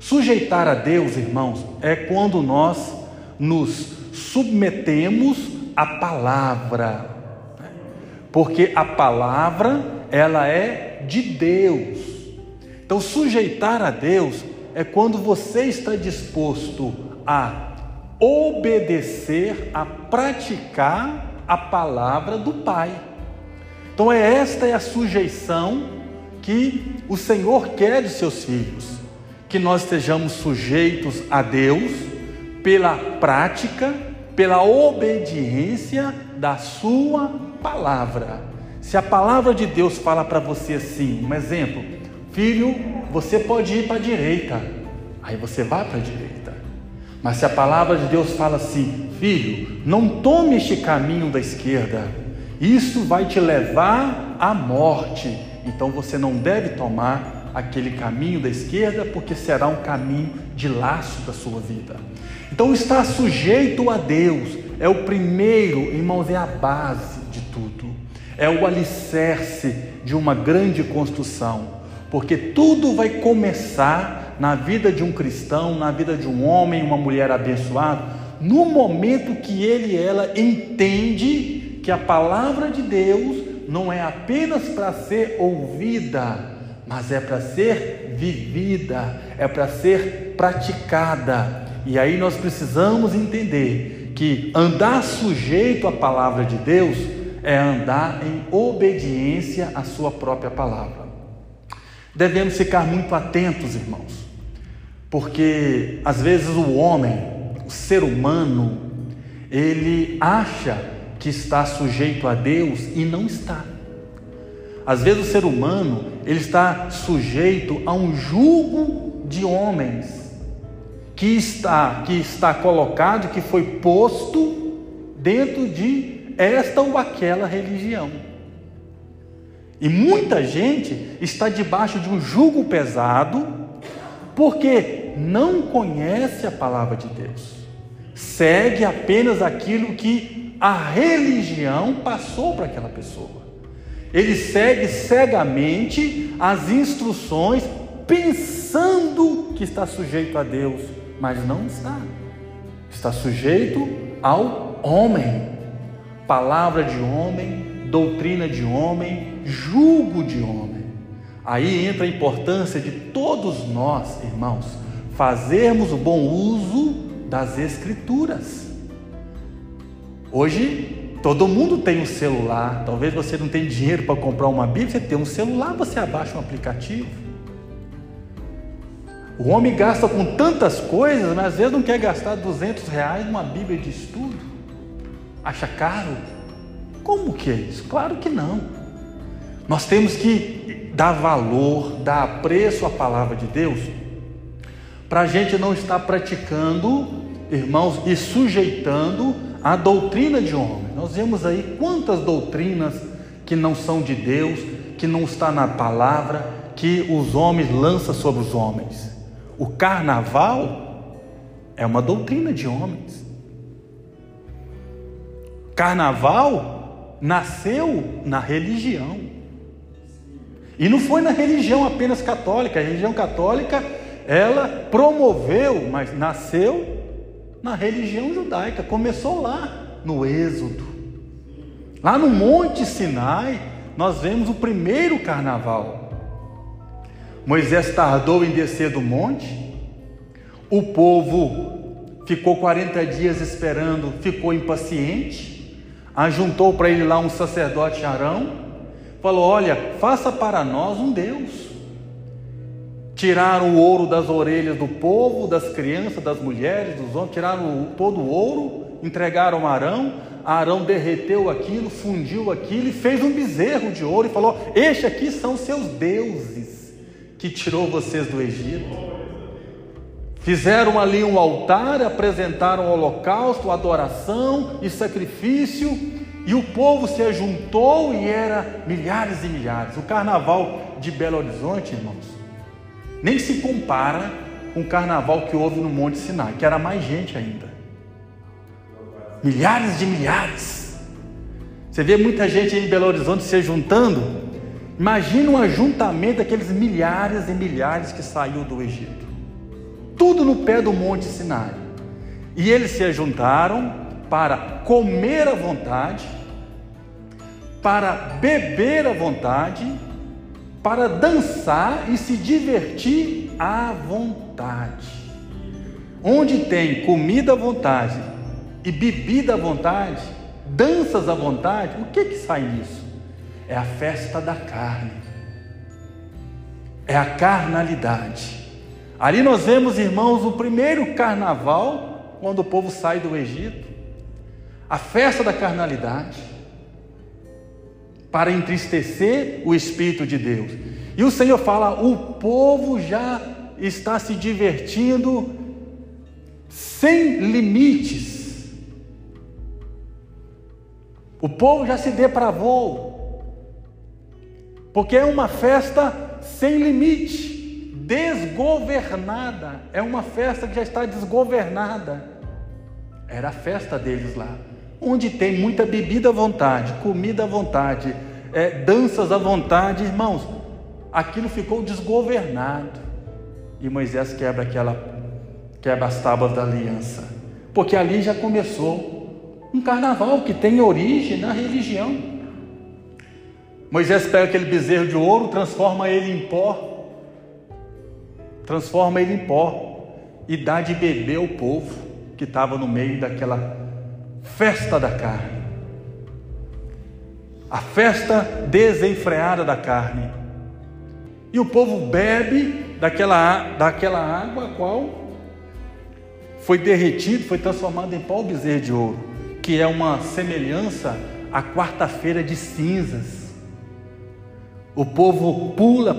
Sujeitar a Deus, irmãos, é quando nós nos submetemos à palavra, porque a palavra, ela é de Deus. Então, sujeitar a Deus é quando você está disposto a obedecer, a praticar a palavra do Pai. Então, esta é a sujeição que o Senhor quer dos seus filhos, que nós estejamos sujeitos a Deus pela prática, pela obediência da sua palavra. Se a palavra de Deus fala para você assim, um exemplo: filho, você pode ir para a direita, aí você vai para a direita. Mas se a palavra de Deus fala assim: filho, não tome este caminho da esquerda, isso vai te levar à morte, então você não deve tomar aquele caminho da esquerda, porque será um caminho de laço da sua vida. Então, estar sujeito a Deus é o primeiro, irmãos, é a base de tudo, é o alicerce de uma grande construção, porque tudo vai começar na vida de um cristão, na vida de um homem, uma mulher abençoada, no momento que ele e ela entende que a palavra de Deus não é apenas para ser ouvida, mas é para ser vivida, é para ser praticada. E aí nós precisamos entender que andar sujeito à palavra de Deus é andar em obediência à sua própria palavra. Devemos ficar muito atentos, irmãos, porque às vezes o homem, o ser humano, ele acha que está sujeito a Deus e não está. Às vezes o ser humano, ele está sujeito a um jugo de homens que está colocado, que foi posto dentro de esta ou aquela religião. E muita gente está debaixo de um jugo pesado, porque não conhece a palavra de Deus, segue apenas aquilo que a religião passou para aquela pessoa. Ele segue cegamente as instruções, pensando que está sujeito a Deus, mas não está. Está sujeito ao homem, palavra de homem, doutrina de homem, jugo de homem. Aí entra a importância de todos nós, irmãos, fazermos o bom uso das Escrituras. Hoje todo mundo tem um celular. Talvez você não tenha dinheiro para comprar uma Bíblia, você tem um celular, você abaixa um aplicativo. O homem gasta com tantas coisas, mas às vezes não quer gastar R$200 numa Bíblia de estudo. Acha caro? Como que é isso? Claro que não. Nós temos que dar valor, dar apreço à palavra de Deus, para a gente não estar praticando, irmãos, e sujeitando a doutrina de homem. Nós vemos aí quantas doutrinas que não são de Deus, que não está na palavra, que os homens lançam sobre os homens. O carnaval é uma doutrina de homens. Carnaval nasceu na religião, e não foi na religião apenas católica. A religião católica, ela promoveu, mas nasceu na religião judaica. Começou lá no Êxodo, lá no Monte Sinai. Nós vemos o primeiro carnaval. Moisés tardou em descer do monte, o povo ficou 40 dias esperando, ficou impaciente, ajuntou para ele lá um sacerdote Arão, falou: olha, faça para nós um Deus. Tiraram o ouro das orelhas do povo, das crianças, das mulheres, dos homens, tiraram todo o ouro, entregaram a Arão. Arão derreteu aquilo, fundiu aquilo e fez um bezerro de ouro e falou: este aqui são seus deuses que tirou vocês do Egito. Fizeram ali um altar, apresentaram holocausto, adoração e sacrifício, e o povo se ajuntou e era milhares e milhares. O carnaval de Belo Horizonte, irmãos, nem se compara com o carnaval que houve no Monte Sinai, que era mais gente ainda. Milhares de milhares. Você vê muita gente aí em Belo Horizonte se juntando. Imagina um ajuntamento daqueles milhares e milhares que saiu do Egito. tudo no pé do Monte Sinai. E eles se ajuntaram para comer à vontade, para beber à vontade, para dançar e se divertir à vontade. Onde tem comida à vontade e bebida à vontade, danças à vontade, o que sai nisso? É a festa da carne, é a carnalidade. Ali nós vemos, irmãos, o primeiro carnaval, quando o povo sai do Egito, a festa da carnalidade, para entristecer o Espírito de Deus. E o Senhor fala: o povo já está se divertindo sem limites. O povo já se depravou, porque é uma festa sem limite, desgovernada. É uma festa que já está desgovernada. Era a festa deles lá, onde tem muita bebida à vontade, comida à vontade, danças à vontade. Irmãos, aquilo ficou desgovernado. E Moisés quebra as tábuas da aliança, porque ali já começou um carnaval que tem origem na religião. Moisés pega aquele bezerro de ouro, transforma ele em pó e dá de beber ao povo que estava no meio daquela festa da carne, a festa desenfreada da carne. E o povo bebe daquela água, a qual foi derretido, foi transformado em pó o bezerro de ouro, que é uma semelhança à quarta-feira de cinzas. O povo pula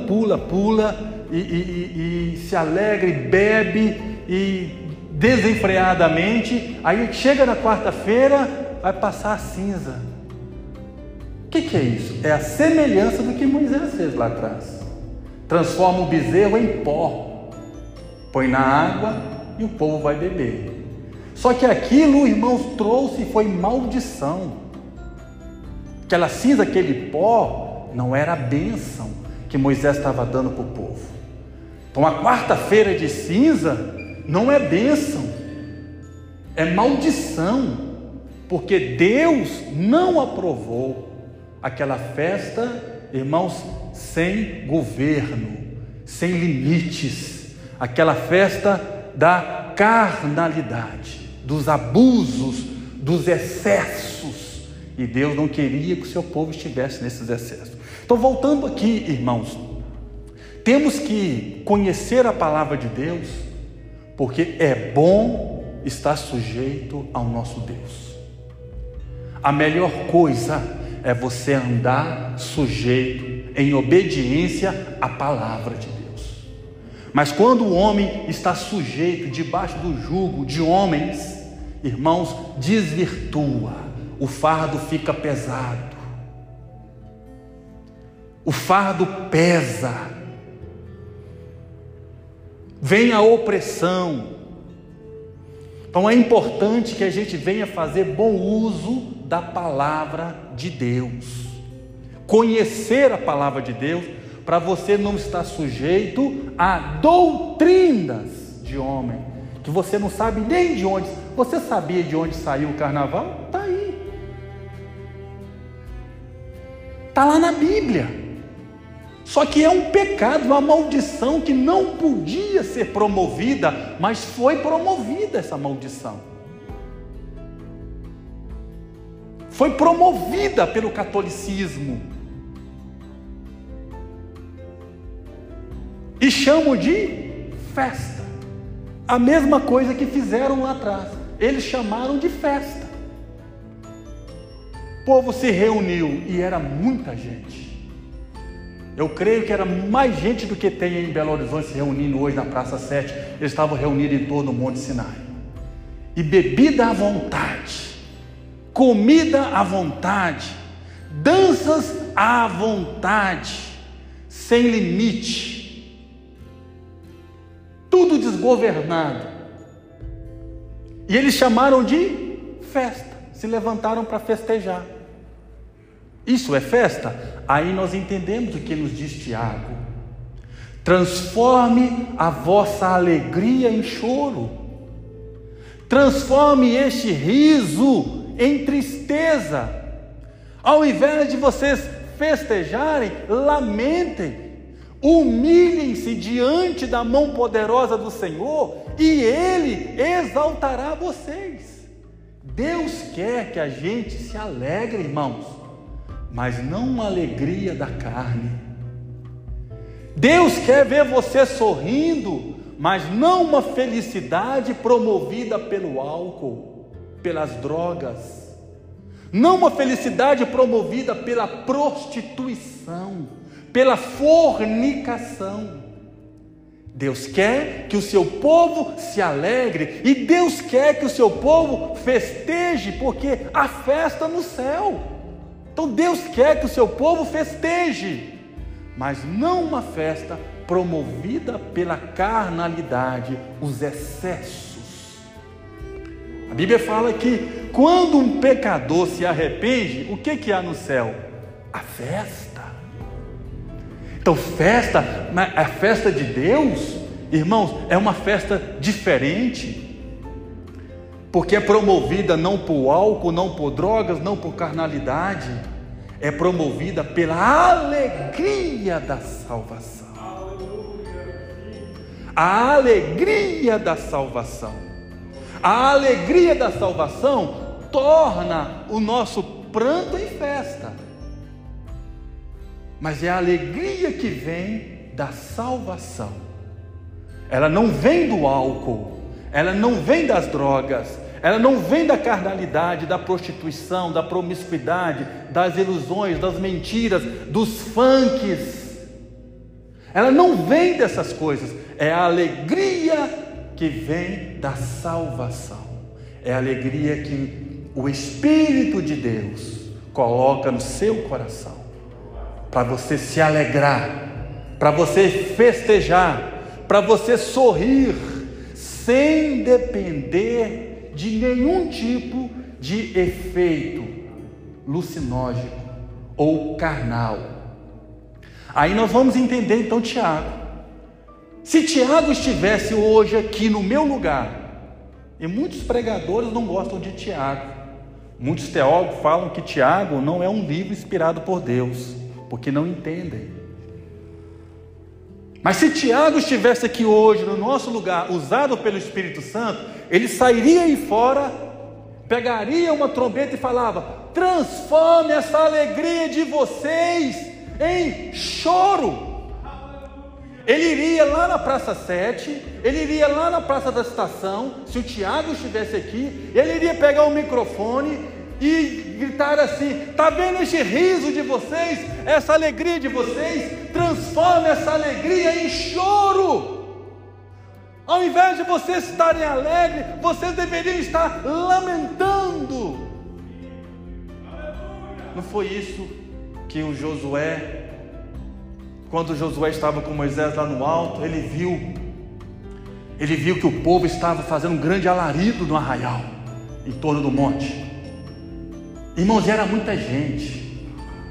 e se alegra e bebe e desenfreadamente. Aí chega na quarta-feira, vai passar a cinza. O que é isso? É a semelhança do que Moisés fez lá atrás. Transforma o bezerro em pó, põe na água e o povo vai beber. Só que aquilo, irmãos, foi maldição. Aquela cinza, aquele pó, não era a bênção que Moisés estava dando para o povo. Então a quarta-feira de cinza não é bênção, é maldição, porque Deus não aprovou aquela festa, irmãos, sem governo, sem limites, aquela festa da carnalidade, dos abusos, dos excessos, e Deus não queria que o seu povo estivesse nesses excessos. Então, voltando aqui, irmãos, temos que conhecer a palavra de Deus, porque é bom estar sujeito ao nosso Deus. A melhor coisa é você andar sujeito, em obediência à palavra de Deus. Mas quando o homem está sujeito, debaixo do jugo de homens, irmãos, desvirtua, o fardo fica pesado. O fardo pesa, vem a opressão. Então é importante que a gente venha fazer bom uso da palavra de Deus, conhecer a palavra de Deus, para você não estar sujeito a doutrinas de homem, que você não sabe nem de onde. Você sabia de onde saiu o carnaval? Está aí, está lá na Bíblia. Só que é um pecado, uma maldição que não podia ser promovida, mas foi promovida essa maldição. Foi promovida pelo catolicismo. E chamam de festa. A mesma coisa que fizeram lá atrás. Eles chamaram de festa. O povo se reuniu e era muita gente. Eu creio que era mais gente do que tem em Belo Horizonte se reunindo hoje na Praça 7. Eles estavam reunidos em torno do Monte Sinai. E bebida à vontade, comida à vontade, danças à vontade, sem limite. Tudo desgovernado. E eles chamaram de festa. Se levantaram para festejar. Isso é festa? Aí nós entendemos o que nos diz Tiago. Transforme a vossa alegria em choro. Transforme este riso em tristeza. Ao invés de vocês festejarem, lamentem. Humilhem-se diante da mão poderosa do Senhor e Ele exaltará vocês. Deus quer que a gente se alegre, irmãos, mas não uma alegria da carne. Deus quer ver você sorrindo, mas não uma felicidade promovida pelo álcool, pelas drogas, não uma felicidade promovida pela prostituição, pela fornicação. Deus quer que o seu povo se alegre, e Deus quer que o seu povo festeje, porque há festa no céu. Então Deus quer que o seu povo festeje, mas não uma festa promovida pela carnalidade, os excessos. A Bíblia fala que quando um pecador se arrepende, o que há no céu? A festa. Então a festa de Deus, irmãos, é uma festa diferente, porque é promovida não por álcool, não por drogas, não por carnalidade, é promovida pela alegria da salvação. A alegria da salvação. A alegria da salvação torna o nosso pranto em festa. Mas é a alegria que vem da salvação. Ela não vem do álcool, ela não vem das drogas, ela não vem da carnalidade, da prostituição, da promiscuidade, das ilusões, das mentiras, dos funks. Ela não vem dessas coisas. É a alegria que vem da salvação. É a alegria que o Espírito de Deus coloca no seu coração, para você se alegrar, para você festejar, para você sorrir, sem depender de nenhum tipo de efeito alucinógeno ou carnal. Aí nós vamos entender então Tiago. Se Tiago estivesse hoje aqui no meu lugar, e muitos pregadores não gostam de Tiago, muitos teólogos falam que Tiago não é um livro inspirado por Deus, porque não entendem. Mas se Tiago estivesse aqui hoje no nosso lugar, usado pelo Espírito Santo, ele sairia aí fora, pegaria uma trombeta e falava: transforme essa alegria de vocês em choro. Ele iria lá na Praça 7, ele iria lá na Praça da Estação. Se o Tiago estivesse aqui, ele iria pegar o microfone e gritar assim: está vendo este riso de vocês, essa alegria de vocês? Transforme essa alegria em choro. Ao invés de vocês estarem alegres, vocês deveriam estar lamentando. Não foi isso que o Josué, quando Josué estava com Moisés lá no alto, ele viu que o povo estava fazendo um grande alarido no arraial, em torno do monte. Irmãos, era muita gente,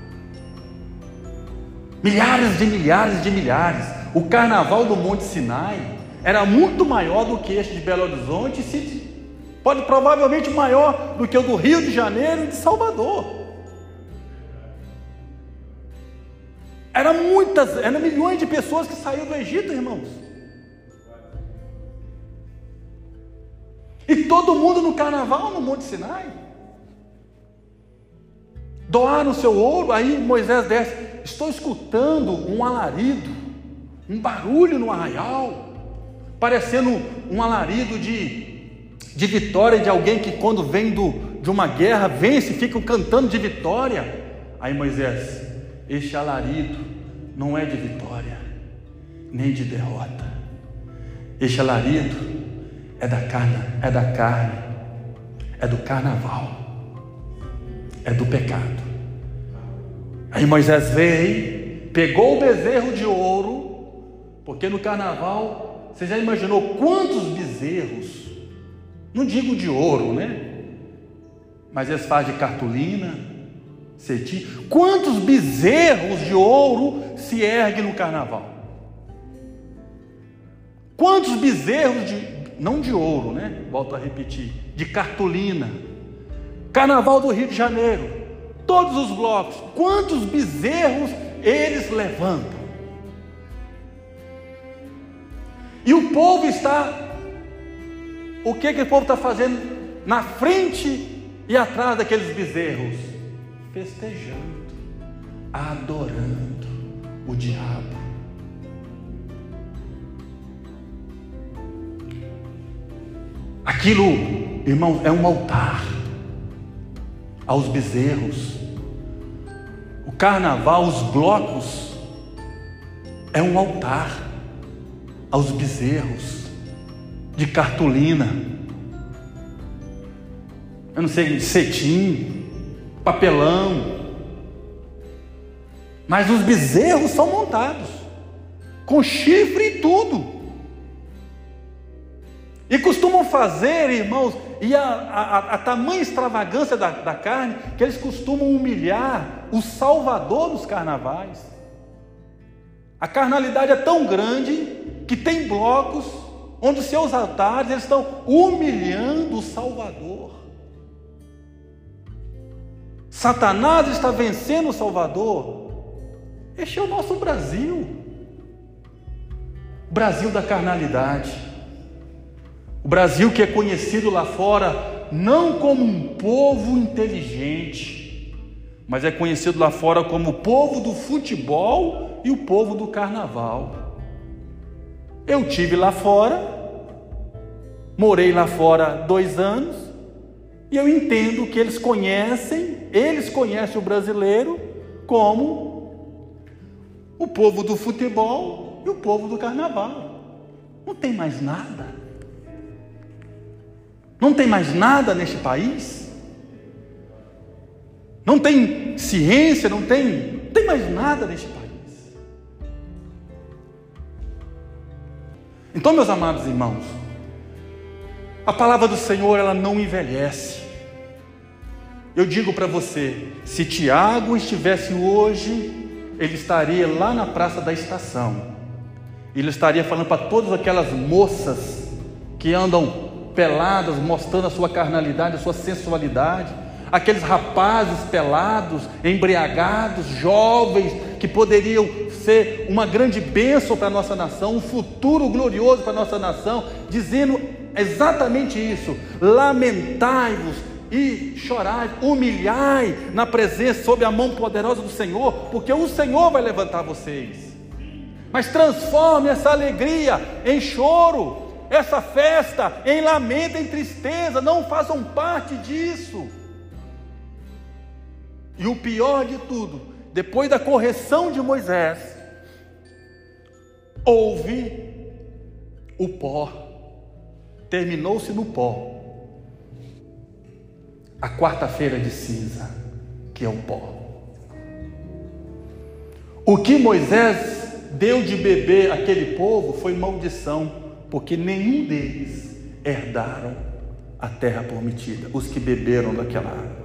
milhares de milhares de milhares. O carnaval do Monte Sinai era muito maior do que este de Belo Horizonte, provavelmente maior do que o do Rio de Janeiro e de Salvador. Eram milhões de pessoas que saíram do Egito, irmãos. E todo mundo no carnaval no Monte Sinai. Doaram o seu ouro. Aí Moisés desce: estou escutando um alarido, um barulho no arraial, parecendo um alarido de vitória, de alguém que quando vem de uma guerra, vence, ficam cantando de vitória. Aí Moisés: este alarido não é de vitória, nem de derrota. Este alarido é da carne, é do carnaval, é do pecado. Aí Moisés veio, pegou o bezerro de ouro, porque no carnaval, você já imaginou quantos bezerros, não digo de ouro, né? Mas eles fazem de cartolina, cetim. Quantos bezerros de ouro se erguem no carnaval? Quantos bezerros não de ouro, né? Volto a repetir, de cartolina. Carnaval do Rio de Janeiro, todos os blocos, quantos bezerros eles levantam? E o povo está, o que o povo está fazendo na frente e atrás daqueles bezerros? Festejando, adorando o diabo. Aquilo, irmão, é um altar aos bezerros. O carnaval, os blocos, é um altar aos bezerros de cartolina, eu não sei, de cetim, papelão, mas os bezerros são montados com chifre e tudo, e costumam fazer, irmãos, e a tamanha extravagância da carne, que eles costumam humilhar o Salvador dos carnavais. A carnalidade é tão grande que tem blocos onde os seus altares eles estão humilhando o Salvador. Satanás está vencendo o Salvador. Este é o nosso Brasil, o Brasil da carnalidade, o Brasil que é conhecido lá fora não como um povo inteligente, mas é conhecido lá fora como o povo do futebol e o povo do carnaval. Eu tive lá fora, morei lá fora 2 anos, e eu entendo que eles conhecem o brasileiro como o povo do futebol e o povo do carnaval. Não tem mais nada. Não tem mais nada neste país. Não tem ciência, não tem mais nada neste país. Então, meus amados irmãos, a palavra do Senhor, ela não envelhece. Eu digo para você, se Tiago estivesse hoje, ele estaria lá na Praça da Estação. Ele estaria falando para todas aquelas moças que andam peladas, mostrando a sua carnalidade, a sua sensualidade, aqueles rapazes pelados, embriagados, jovens, que poderiam ser uma grande bênção para a nossa nação, um futuro glorioso para a nossa nação, dizendo exatamente isso: lamentai-vos e chorai, humilhai na presença, sob a mão poderosa do Senhor, porque o Senhor vai levantar vocês. Mas transforme essa alegria em choro, essa festa em lamento, em tristeza. Não façam parte disso. E o pior de tudo, depois da correção de Moisés, houve o pó, terminou-se no pó, a quarta-feira de cinza, que é o pó. O que Moisés deu de beber àquele povo foi maldição, porque nenhum deles herdaram a terra prometida, os que beberam daquela água.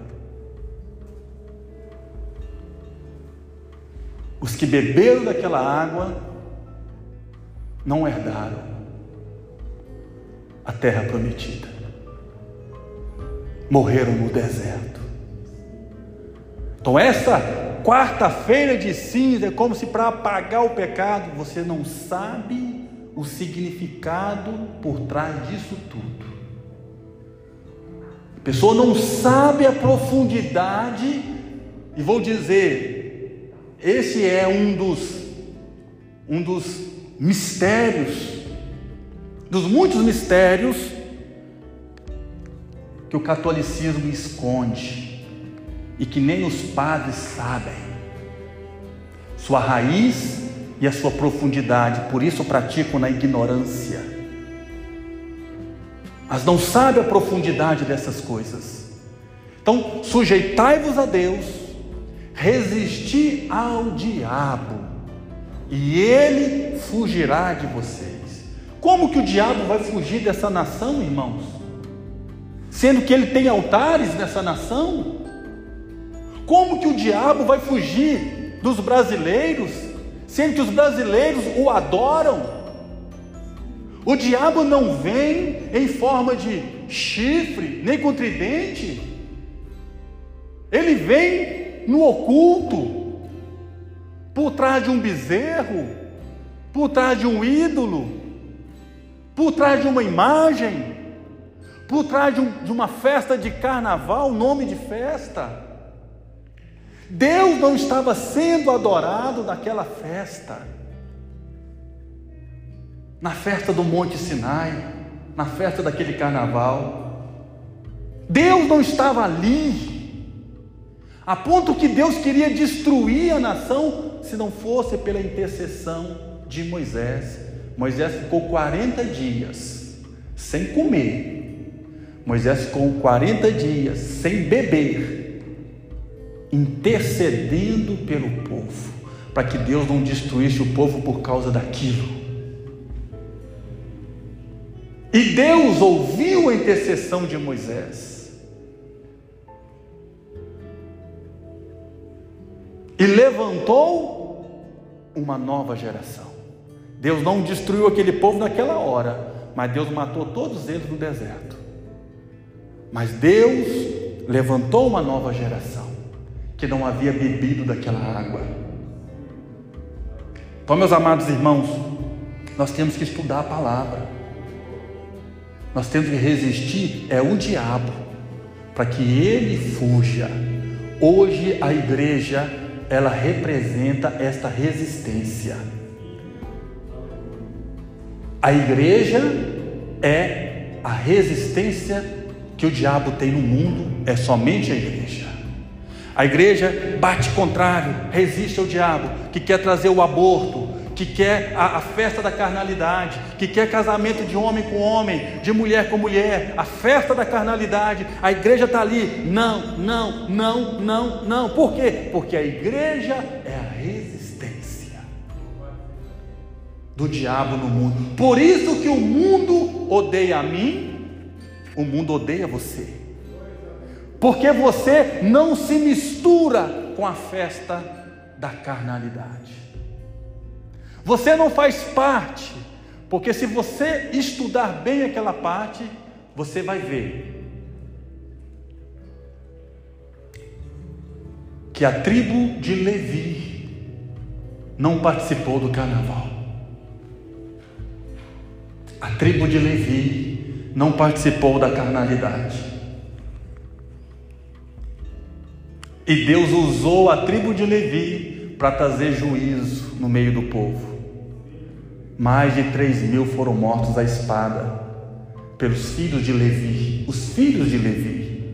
Os que beberam daquela água não herdaram a terra prometida, morreram no deserto. Então essa quarta-feira de cinza é como se, para apagar o pecado, você não sabe o significado por trás disso tudo. A pessoa não sabe a profundidade, e vou dizer, esse é um dos mistérios, dos muitos mistérios que o catolicismo esconde e que nem os padres sabem sua raiz e a sua profundidade, por isso praticam na ignorância, mas não sabem a profundidade dessas coisas. Então, sujeitai-vos a Deus, resisti ao diabo, e ele fugirá de vocês. Como que o diabo vai fugir dessa nação, irmãos? Sendo que ele tem altares nessa nação? Como que o diabo vai fugir dos brasileiros, sendo que os brasileiros o adoram? O diabo não vem em forma de chifre, nem com tridente. Ele vem no oculto, por trás de um bezerro, por trás de um ídolo, por trás de uma imagem, por trás de uma festa de carnaval, nome de festa. Deus não estava sendo adorado naquela festa, na festa do Monte Sinai, na festa daquele carnaval. Deus não estava ali, a ponto que Deus queria destruir a nação, se não fosse pela intercessão de Moisés. Moisés ficou 40 dias sem comer, Moisés ficou 40 dias sem beber, intercedendo pelo povo, para que Deus não destruísse o povo por causa daquilo. E Deus ouviu a intercessão de Moisés e levantou uma nova geração. Deus não destruiu aquele povo naquela hora, mas Deus matou todos eles no deserto. Mas Deus levantou uma nova geração que não havia bebido daquela água. Então, meus amados irmãos, nós temos que estudar a palavra. Nós temos que resistir o diabo, para que ele fuja. Hoje a igreja, ela representa esta resistência. A igreja é a resistência que o diabo tem no mundo, é somente a igreja. A igreja bate contrário, resiste ao diabo, que quer trazer o aborto, que quer a festa da carnalidade, que quer casamento de homem com homem, de mulher com mulher, a festa da carnalidade. A igreja está ali, não, não, não, não, não. Por quê? Porque a igreja é a resistência do diabo no mundo. Por isso que o mundo odeia a mim, o mundo odeia você, porque você não se mistura com a festa da carnalidade. Você não faz parte, porque se você estudar bem aquela parte, você vai ver que a tribo de Levi não participou do carnaval. A tribo de Levi não participou da carnalidade. E Deus usou a tribo de Levi para trazer juízo no meio do povo. Mais de 3.000 foram mortos à espada pelos filhos de Levi, os filhos de Levi.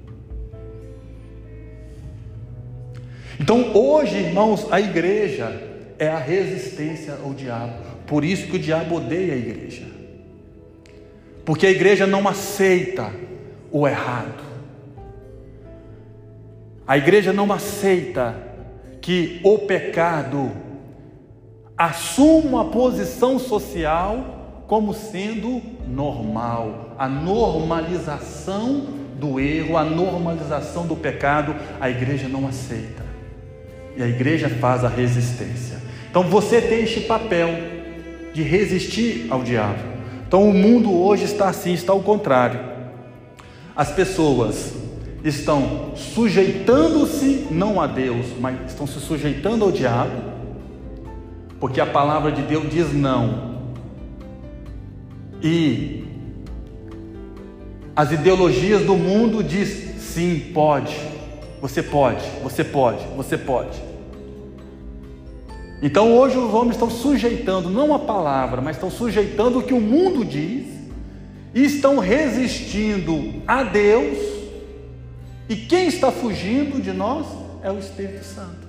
Então hoje, irmãos, a igreja é a resistência ao diabo. Por isso que o diabo odeia a igreja, porque a igreja não aceita o errado. A igreja não aceita que o pecado assuma uma posição social como sendo normal. A normalização do erro, a normalização do pecado, a igreja não aceita. E a igreja faz a resistência. Então você tem este papel de resistir ao diabo. Então o mundo hoje está assim, está ao contrário. As pessoas estão sujeitando-se não a Deus, mas estão se sujeitando ao diabo, porque a palavra de Deus diz não. E as ideologias do mundo diz sim, pode, você pode, você pode, você pode. Então hoje os homens estão sujeitando não a palavra, mas estão sujeitando o que o mundo diz, e estão resistindo a Deus. E quem está fugindo de nós é o Espírito Santo.